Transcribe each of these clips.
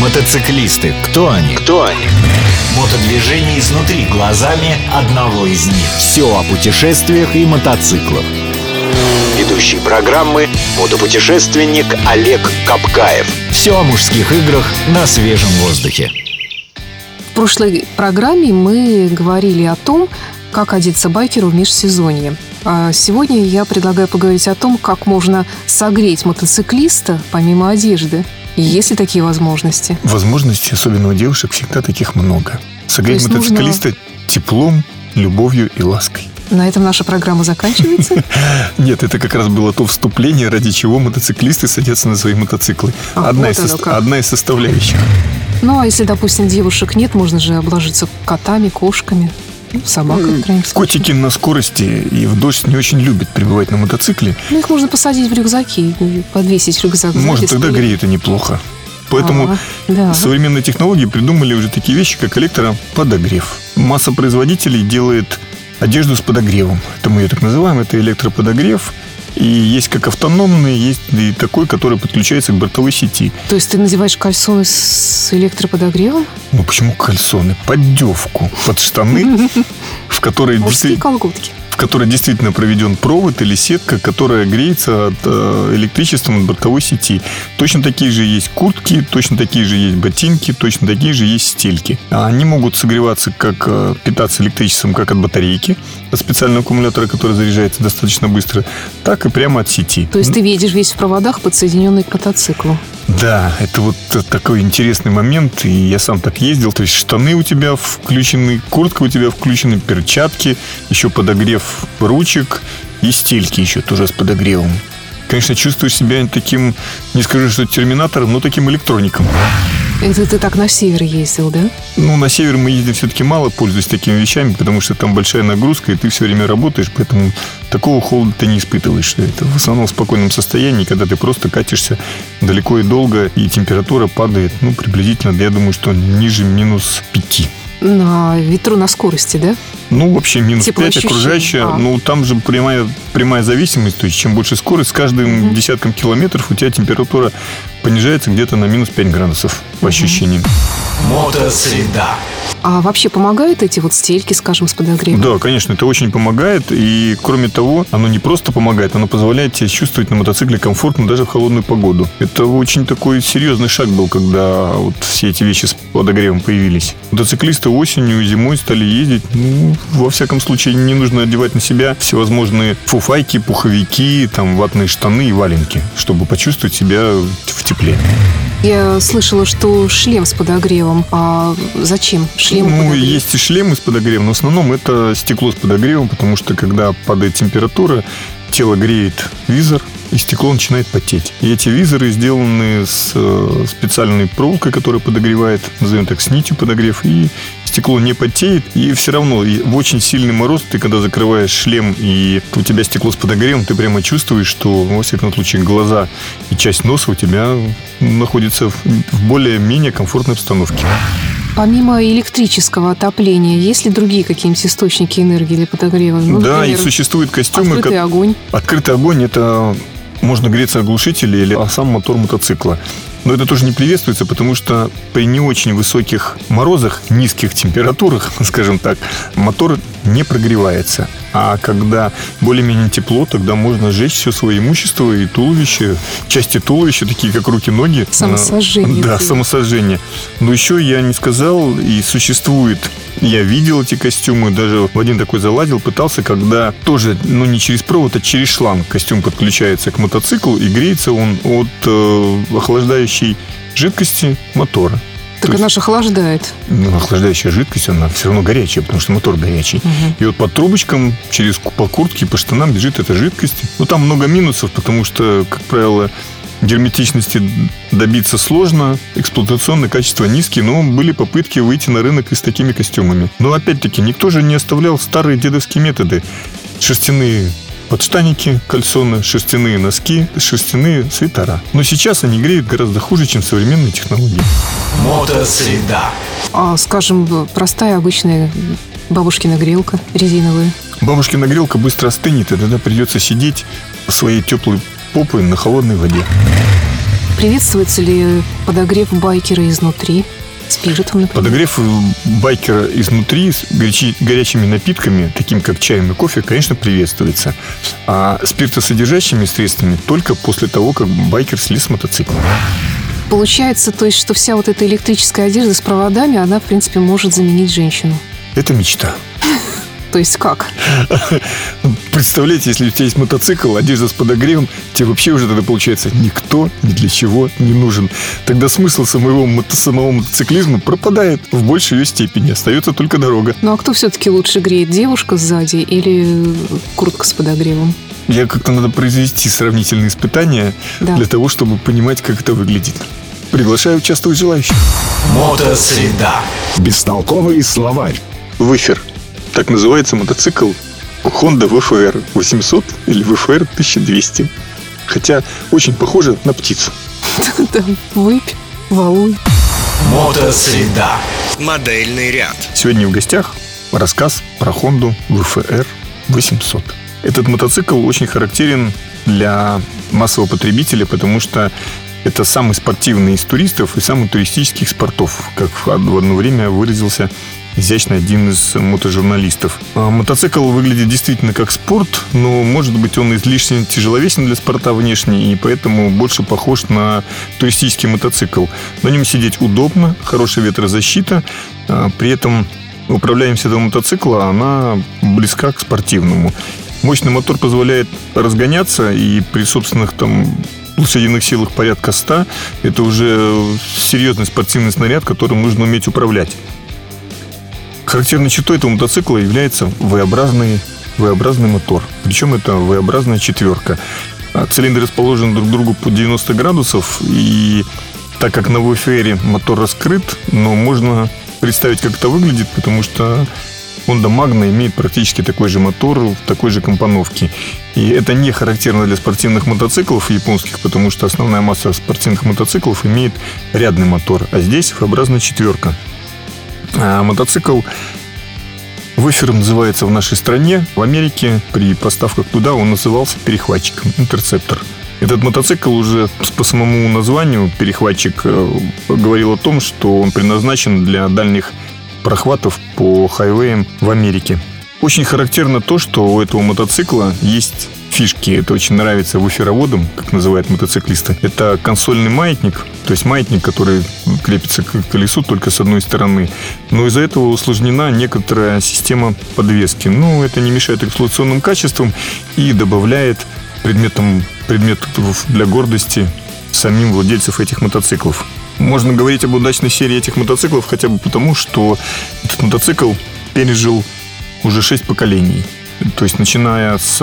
Мотоциклисты. Кто они? Мотодвижение изнутри глазами одного из них. Все о путешествиях и мотоциклах. Ведущий программы — мотопутешественник Олег Капкаев. Все о мужских играх на свежем воздухе. В прошлой программе мы говорили о том, как одеться байкеру в межсезонье. А сегодня я предлагаю поговорить о том, как можно согреть мотоциклиста помимо одежды. Есть ли такие возможности? Возможностей, особенно у девушек, всегда таких много. Согреть мотоциклиста теплом, любовью и лаской. На этом наша программа заканчивается? Нет, это как раз было то вступление, ради чего мотоциклисты садятся на свои мотоциклы. Одна из составляющих. Ну, а если, допустим, девушек нет, можно же обложиться котами, кошками, собакой, в крайнем случае. Котики на скорости и в дождь не очень любят пребывать на мотоцикле. Ну, их можно посадить в рюкзаки, подвесить рюкзак. Может, тогда греет и неплохо. Поэтому современные технологии придумали уже такие вещи, как электроподогрев. Масса производителей делает одежду с подогревом. Это мы ее так называем, это электроподогрев. И есть как автономный, есть и такой, который подключается к бортовой сети. То есть ты надеваешь кальсоны с электроподогревом? Ну почему кальсоны? Поддевку под штаны, в которой действительно проведен провод или сетка, которая греется от электричества от бортовой сети. Точно такие же есть куртки, точно такие же есть ботинки, точно такие же есть стельки. Они могут согреваться, как питаться электричеством, как от батарейки, от специального аккумулятора, который заряжается достаточно быстро, так и прямо от сети. То есть ты едешь весь в проводах, подсоединенный к мотоциклу? Да, это вот такой интересный момент, и я сам так ездил. То есть штаны у тебя включены, куртка у тебя включена, перчатки, еще подогрев ручек и стельки еще тоже с подогревом. Конечно, чувствуешь себя таким, не скажу, что терминатором, но таким электроником. Это ты так на север ездил, да? Ну, на север мы ездим все-таки мало, пользуясь такими вещами, потому что там большая нагрузка, и ты все время работаешь, поэтому такого холода ты не испытываешь. Это в основном в спокойном состоянии, когда ты просто катишься далеко и долго, и температура падает, приблизительно, я думаю, что ниже минус 5. На ветру на скорости, да? Ну, вообще минус 5 окружающая. Ну, там же прямая зависимость. То есть, чем больше скорость, с каждым десятком километров у тебя температура понижается где-то на минус 5 градусов по ощущениям. Мотосреда. А вообще помогают эти вот стельки, скажем, с подогревом? Да, конечно, это очень помогает. И, кроме того, оно не просто помогает, оно позволяет тебе чувствовать на мотоцикле комфортно даже в холодную погоду. Это очень такой серьезный шаг был, когда вот все эти вещи с подогревом появились. Мотоциклисты осенью и зимой стали ездить. Во всяком случае, не нужно одевать на себя всевозможные фуфайки, пуховики, ватные штаны и валенки, чтобы почувствовать себя в тепле. Я слышала, что шлем с подогревом. А зачем шлем с подогревом? Есть и шлемы с подогревом, но в основном это стекло с подогревом, потому что когда падает температура, тело греет визор, и стекло начинает потеть. И эти визоры сделаны с специальной проволокой, которая подогревает, назовем так, с нитью подогрев, и стекло не потеет. И все равно в очень сильный мороз ты, когда закрываешь шлем, и у тебя стекло с подогревом, ты прямо чувствуешь, что, во всяком случае, глаза и часть носа у тебя находятся в более-менее комфортной обстановке. Помимо электрического отопления, есть ли другие какие-нибудь источники энергии для подогрева? Да, например, и существуют костюмы. Открытый огонь. Открытый огонь – это можно греться о глушители или сам мотор мотоцикла. Но это тоже не приветствуется, потому что при не очень высоких морозах, низких температурах, скажем так, мотор не прогревается. А когда более-менее тепло, тогда можно сжечь все свое имущество и туловище, части туловища, такие как руки, ноги. Самосожжение. Да, самосожжение. Но еще я не сказал, и существует, я видел эти костюмы, даже в один такой заладил, пытался, когда тоже, не через провод, а через шланг костюм подключается к мотоциклу, и греется он от охлаждающей жидкости мотора. Так она же охлаждает. Охлаждающая жидкость, она все равно горячая, потому что мотор горячий. И вот по трубочкам, по куртке, по штанам бежит эта жидкость. Там много минусов, потому что, как правило, герметичности добиться сложно, эксплуатационные качества низкие, но были попытки выйти на рынок и с такими костюмами. Но опять-таки, никто же не оставлял старые дедовские методы. Шерстяные подштанники, кальсоны, шерстяные носки, шерстяные свитера. Но сейчас они греют гораздо хуже, чем современные технологии. Мотосреда. Скажем, простая обычная бабушкина грелка резиновая. Бабушкина грелка быстро остынет, и тогда придется сидеть своей теплой попой на холодной воде. Приветствуется ли подогрев байкера изнутри? Спиритом, например. Подогрев байкера изнутри с горячими напитками, таким как чаем и кофе, конечно, приветствуется. А спиртосодержащими средствами только после того, как байкер слез с мотоцикла. Получается, то есть, что вся вот эта электрическая одежда с проводами, она, в принципе, может заменить женщину. Это мечта. То есть как? Представляете, если у тебя есть мотоцикл, одежда с подогревом, тебе вообще уже тогда, получается, никто ни для чего не нужен. Тогда смысл самого мотоциклизма пропадает в большей ее степени. Остается только дорога. Ну а кто все-таки лучше греет? Девушка сзади или куртка с подогревом? Как-то надо произвести сравнительные испытания для того, чтобы понимать, как это выглядит. Приглашаю участвовать желающих. Мотосреда. Бестолковый словарь. Выфер. Так называется мотоцикл Honda VFR 800 или VFR 1200. Хотя очень похоже на птицу. Да, выпь, валуй. Мотосреда. Модельный ряд. Сегодня в гостях рассказ про Honda VFR 800. Этот мотоцикл очень характерен для массового потребителя, потому что это самый спортивный из туристов и самый туристических спортов, как в одно время выразился изящно один из мотожурналистов. Мотоцикл выглядит действительно как спорт, но, может быть, он излишне тяжеловесен для спорта внешне, и поэтому больше похож на туристический мотоцикл. На нем сидеть удобно, хорошая ветрозащита, при этом управляемость этого мотоцикла, она близка к спортивному. Мощный мотор позволяет разгоняться, и при собственных лошадиных силах порядка 100 это уже серьезный спортивный снаряд, которым нужно уметь управлять. Характерной чертой этого мотоцикла является V-образный мотор. Причем это V-образная четверка. Цилиндры расположены друг к другу по 90 градусов. И так как на VFR мотор раскрыт, но можно представить, как это выглядит, потому что Honda Magna имеет практически такой же мотор в такой же компоновке. И это не характерно для спортивных мотоциклов японских, потому что основная масса спортивных мотоциклов имеет рядный мотор. А здесь V-образная четверка. Мотоцикл Выфером называется в нашей стране. В Америке при поставках туда он назывался перехватчиком, интерцептор. Этот мотоцикл уже по самому названию, перехватчик, говорил о том, что он предназначен для дальних прохватов по хайвеям в Америке. Очень характерно то, что у этого мотоцикла есть фишки. Это очень нравится выфероводам, как называют мотоциклисты. Это консольный маятник, то есть маятник, который крепится к колесу только с одной стороны. Но из-за этого усложнена некоторая система подвески. Но это не мешает эксплуатационным качествам и добавляет предметов для гордости самим владельцев этих мотоциклов. Можно говорить об удачной серии этих мотоциклов хотя бы потому, что этот мотоцикл пережил уже 6 поколений. То есть, начиная с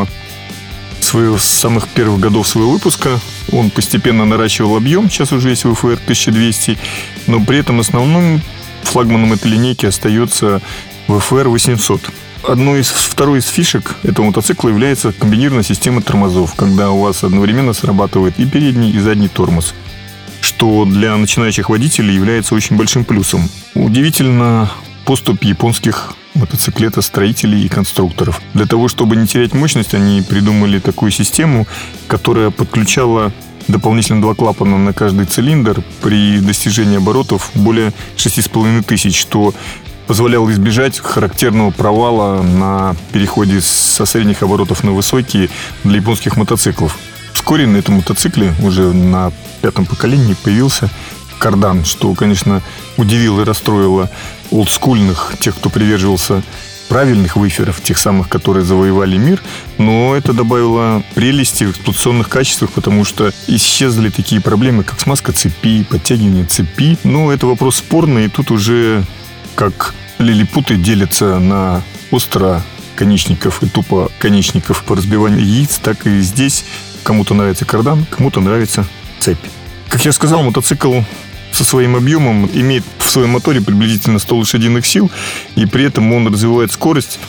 самых первых годов своего выпуска, он постепенно наращивал объем. Сейчас уже есть VFR 1200. Но при этом основным флагманом этой линейки остается VFR 800. Второй из фишек этого мотоцикла является комбинированная система тормозов, когда у вас одновременно срабатывает и передний, и задний тормоз, что для начинающих водителей является очень большим плюсом. Удивительно поступь японских мотоциклетостроителей и конструкторов. Для того, чтобы не терять мощность, они придумали такую систему, которая подключала дополнительно 2 клапана на каждый цилиндр при достижении оборотов более 6500, что позволяло избежать характерного провала на переходе со средних оборотов на высокие для японских мотоциклов. Вскоре на этом мотоцикле, уже на 5-м поколении, появился кардан, что, конечно, удивило и расстроило олдскульных, тех, кто приверживался правильных выферов, тех самых, которые завоевали мир. Но это добавило прелести в эксплуатационных качествах, потому что исчезли такие проблемы, как смазка цепи, подтягивание цепи. Но это вопрос спорный, и тут уже как лилипуты делятся на остроконечников и тупоконечников по разбиванию яиц, так и здесь кому-то нравится кардан, кому-то нравится цепь. Как я сказал, мотоцикл со своим объемом имеет в своем моторе приблизительно 100 лошадиных сил, и при этом он развивает скорость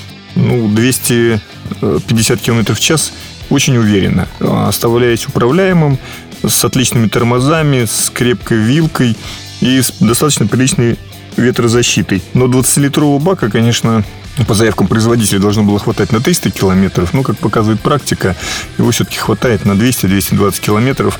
250 км в час очень уверенно, оставаясь управляемым, с отличными тормозами, с крепкой вилкой и с достаточно приличной ветрозащитой. Но 20-литрового бака, конечно, по заявкам производителя должно было хватать на 300 километров, но, как показывает практика, его все-таки хватает на 200-220 километров,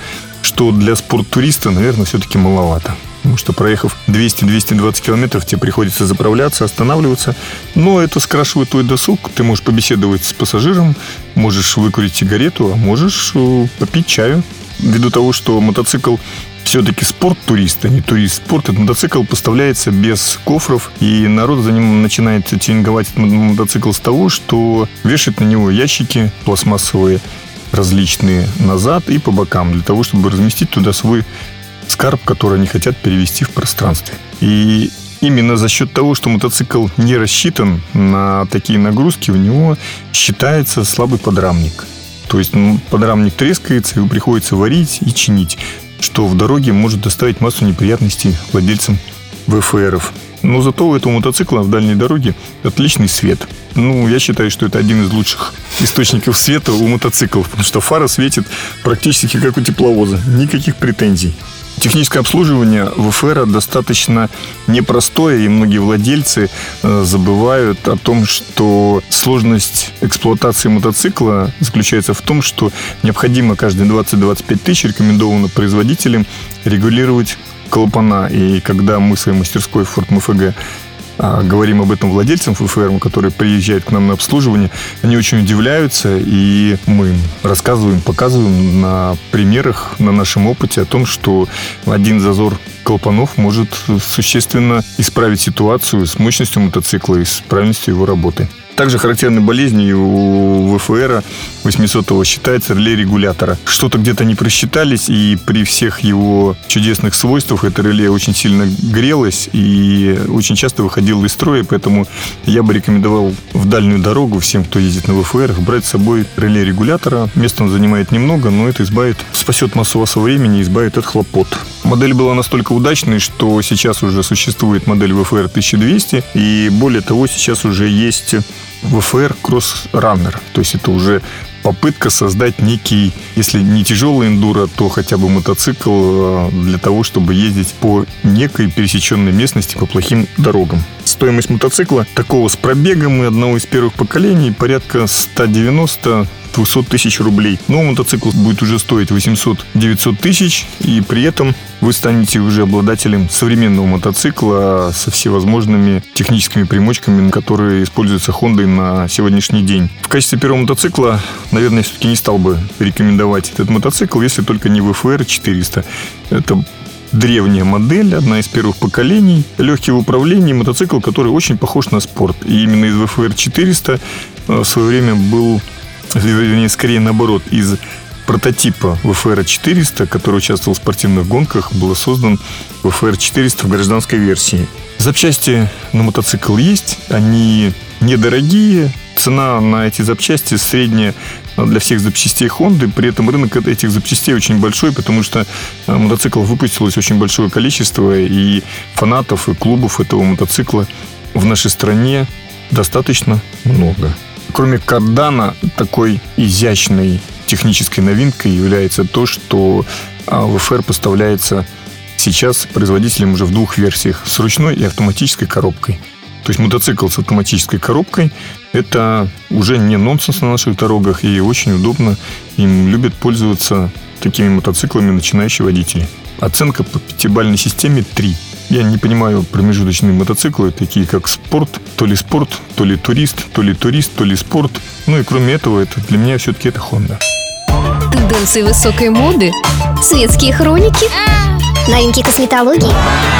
что для спорттуриста, наверное, все-таки маловато. Потому что, проехав 200-220 километров, тебе приходится заправляться, останавливаться. Но это скрашивает твой досуг. Ты можешь побеседовать с пассажиром, можешь выкурить сигарету, а можешь попить чаю. Ввиду того, что мотоцикл все-таки спорт-турист, а не турист-спорт, этот мотоцикл поставляется без кофров, и народ за ним начинает тюнинговать этот мотоцикл с того, что вешает на него ящики пластмассовые различные назад и по бокам, для того, чтобы разместить туда свой скарб, который они хотят перевести в пространстве. И именно за счет того, что мотоцикл не рассчитан на такие нагрузки, у него считается слабый подрамник. То есть подрамник трескается, его приходится варить и чинить, что в дороге может доставить массу неприятностей владельцам ВФРов. Но зато у этого мотоцикла в дальней дороге отличный свет. Я считаю, что это один из лучших источников света у мотоциклов, потому что фара светит практически как у тепловоза. Никаких претензий. Техническое обслуживание ВФР достаточно непростое, и многие владельцы забывают о том, что сложность эксплуатации мотоцикла заключается в том, что необходимо каждые 20-25 тысяч, рекомендовано производителям, регулировать клапана. И когда мы в своей мастерской Ford МФГ говорим об этом владельцам ФФР, которые приезжают к нам на обслуживание, они очень удивляются, и мы им рассказываем, показываем на примерах, на нашем опыте о том, что один зазор клапанов может существенно исправить ситуацию с мощностью мотоцикла и с правильностью его работы. Также характерной болезнью у ВФР 800-го считается реле регулятора. Что-то где-то не просчитались, и при всех его чудесных свойствах это реле очень сильно грелось и очень часто выходило из строя, поэтому я бы рекомендовал в дальнюю дорогу всем, кто ездит на ВФР, брать с собой реле регулятора. Места он занимает немного, но это спасет массу вашего времени и избавит от хлопот. Модель была настолько удачной, что сейчас уже существует модель ВФР 1200, и более того, сейчас уже есть ВФР Cross-Runner. То есть это уже попытка создать некий, если не тяжелый эндуро, то хотя бы мотоцикл для того, чтобы ездить по некой пересеченной местности по плохим дорогам. Стоимость мотоцикла такого с пробегом и одного из первых поколений порядка 190-200 тысяч рублей. Но мотоцикл будет уже стоить 800-900 тысяч, и при этом вы станете уже обладателем современного мотоцикла со всевозможными техническими примочками, которые используются Honda на сегодняшний день. В качестве первого мотоцикла, наверное, я все-таки не стал бы рекомендовать этот мотоцикл, если только не ВФР 400. Это древняя модель, одна из первых поколений, легкий в управлении, мотоцикл, который очень похож на спорт. И именно из ВФР 400 в свое время был, вернее, скорее наоборот, из прототипа ВФР 400, который участвовал в спортивных гонках, был создан ВФР 400 в гражданской версии. Запчасти на мотоцикл есть, они недорогие, цена на эти запчасти средняя для всех запчастей Honda, при этом рынок этих запчастей очень большой, потому что мотоциклов выпустилось очень большое количество, и фанатов, и клубов этого мотоцикла в нашей стране достаточно много. Кроме кардана, такой изящной технической новинкой является то, что ВФР поставляется сейчас производителем уже в двух версиях, с ручной и автоматической коробкой. То есть мотоцикл с автоматической коробкой – это уже не нонсенс на наших дорогах, и очень удобно. Им любят пользоваться такими мотоциклами начинающие водители. Оценка по 5-бальной системе 3. Я не понимаю промежуточные мотоциклы, такие как спорт, то ли турист, то ли спорт. Ну и кроме этого, это для меня все-таки это Honda. Тенденции высокой моды, светские хроники, новинки косметологии,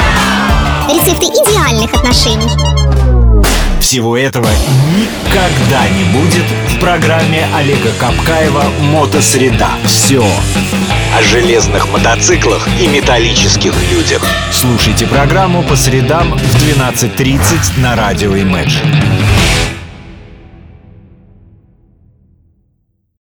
рецепты идеальных отношений. Всего этого никогда не будет в программе Олега Капкаева «Мотосреда». Все о железных мотоциклах и металлических людях. Слушайте программу по средам в 12:30 на радио Imagine.